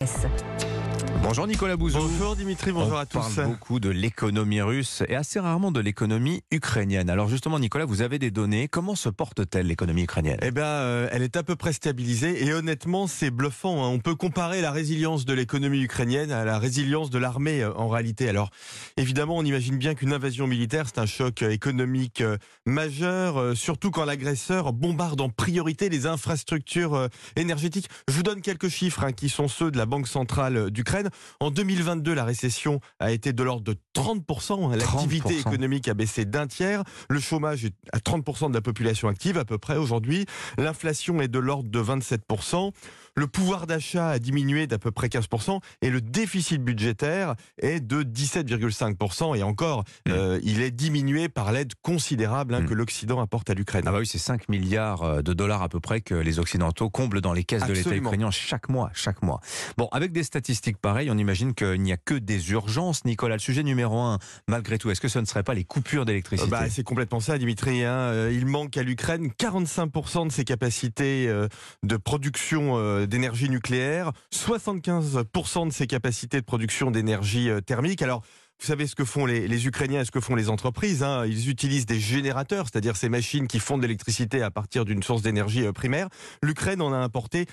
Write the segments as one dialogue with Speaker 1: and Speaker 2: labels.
Speaker 1: Bonjour Nicolas Bouzou.
Speaker 2: Bonjour Dimitri, bonjour à tous.
Speaker 1: On parle beaucoup de l'économie russe et assez rarement de l'économie ukrainienne. Alors justement Nicolas, vous avez des données. Comment se porte-t-elle l'économie ukrainienne ?
Speaker 2: Eh bien, elle est à peu près stabilisée et honnêtement, c'est bluffant. On peut comparer la résilience de l'économie ukrainienne à la résilience de l'armée en réalité. Alors évidemment, on imagine bien qu'une invasion militaire, c'est un choc économique majeur, surtout quand l'agresseur bombarde en priorité les infrastructures énergétiques. Je vous donne quelques chiffres qui sont ceux de la Banque centrale d'Ukraine. En 2022, la récession a été de l'ordre de 30%. L'activité économique a baissé d'un tiers. Le chômage est à 30% de la population active à peu près aujourd'hui. L'inflation est de l'ordre de 27%. Le pouvoir d'achat a diminué d'à peu près 15%. Et le déficit budgétaire est de 17,5%. Et encore, il est diminué par l'aide considérable que l'Occident apporte à l'Ukraine.
Speaker 1: Ah bah oui, c'est 5 milliards de dollars à peu près que les Occidentaux comblent dans les caisses de l'État ukrainien chaque mois. Bon, avec des statistiques pareilles, on imagine qu'il n'y a que des urgences. Nicolas, le sujet numéro 1, malgré tout, est-ce que ce ne serait pas les coupures d'électricité ?
Speaker 2: C'est complètement ça, Dimitri. Il manque à l'Ukraine 45% de ses capacités de production d'énergie nucléaire, 75% de ses capacités de production d'énergie thermique. Alors, vous savez ce que font les Ukrainiens et ce que font les entreprises. Ils utilisent des générateurs, c'est-à-dire ces machines qui font de l'électricité à partir d'une source d'énergie primaire. L'Ukraine en a importé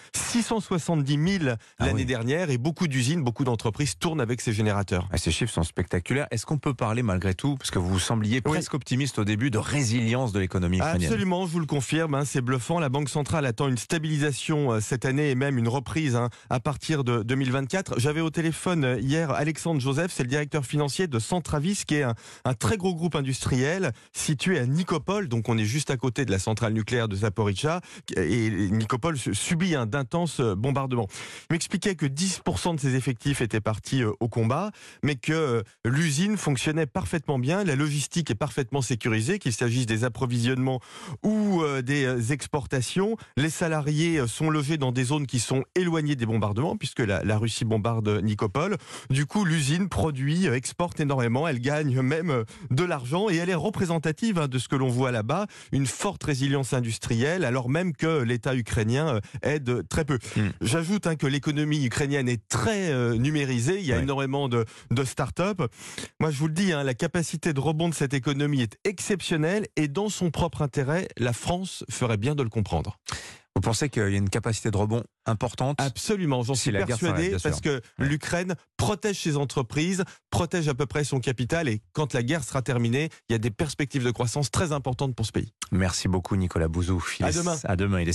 Speaker 2: 670 000 l'année dernière et beaucoup d'usines, beaucoup d'entreprises tournent avec ces générateurs.
Speaker 1: Ces chiffres sont spectaculaires. Est-ce qu'on peut parler malgré tout, parce que vous sembliez presque optimiste au début, de résilience de l'économie ukrainienne ?
Speaker 2: Absolument, je vous le confirme, c'est bluffant. La Banque centrale attend une stabilisation cette année et même une reprise à partir de 2024. J'avais au téléphone hier Alexandre Joseph, c'est le directeur financier de Centravis, qui est un très gros groupe industriel situé à Nikopol, donc on est juste à côté de la centrale nucléaire de Zaporijjia, et Nikopol subit d'intenses bombardements. Il m'expliquait que 10% de ses effectifs étaient partis au combat, mais que l'usine fonctionnait parfaitement bien, la logistique est parfaitement sécurisée, qu'il s'agisse des approvisionnements ou des exportations. Les salariés sont logés dans des zones qui sont éloignées des bombardements, puisque la Russie bombarde Nikopol. Du coup, l'usine produit, exporte énormément, elle gagne même de l'argent et elle est représentative de ce que l'on voit là-bas, une forte résilience industrielle, alors même que l'État ukrainien aide très peu. J'ajoute que l'économie ukrainienne est très numérisée, il y a énormément de start-up. Moi je vous le dis, la capacité de rebond de cette économie est exceptionnelle et dans son propre intérêt, la France ferait bien de le comprendre.
Speaker 1: Vous pensez qu'il y a une capacité de rebond importante ?
Speaker 2: Absolument, j'en suis persuadé, parce que l'Ukraine protège ses entreprises, protège à peu près son capital, et quand la guerre sera terminée, il y a des perspectives de croissance très importantes pour ce pays.
Speaker 1: Merci beaucoup Nicolas Bouzou.
Speaker 2: À demain.
Speaker 1: À demain.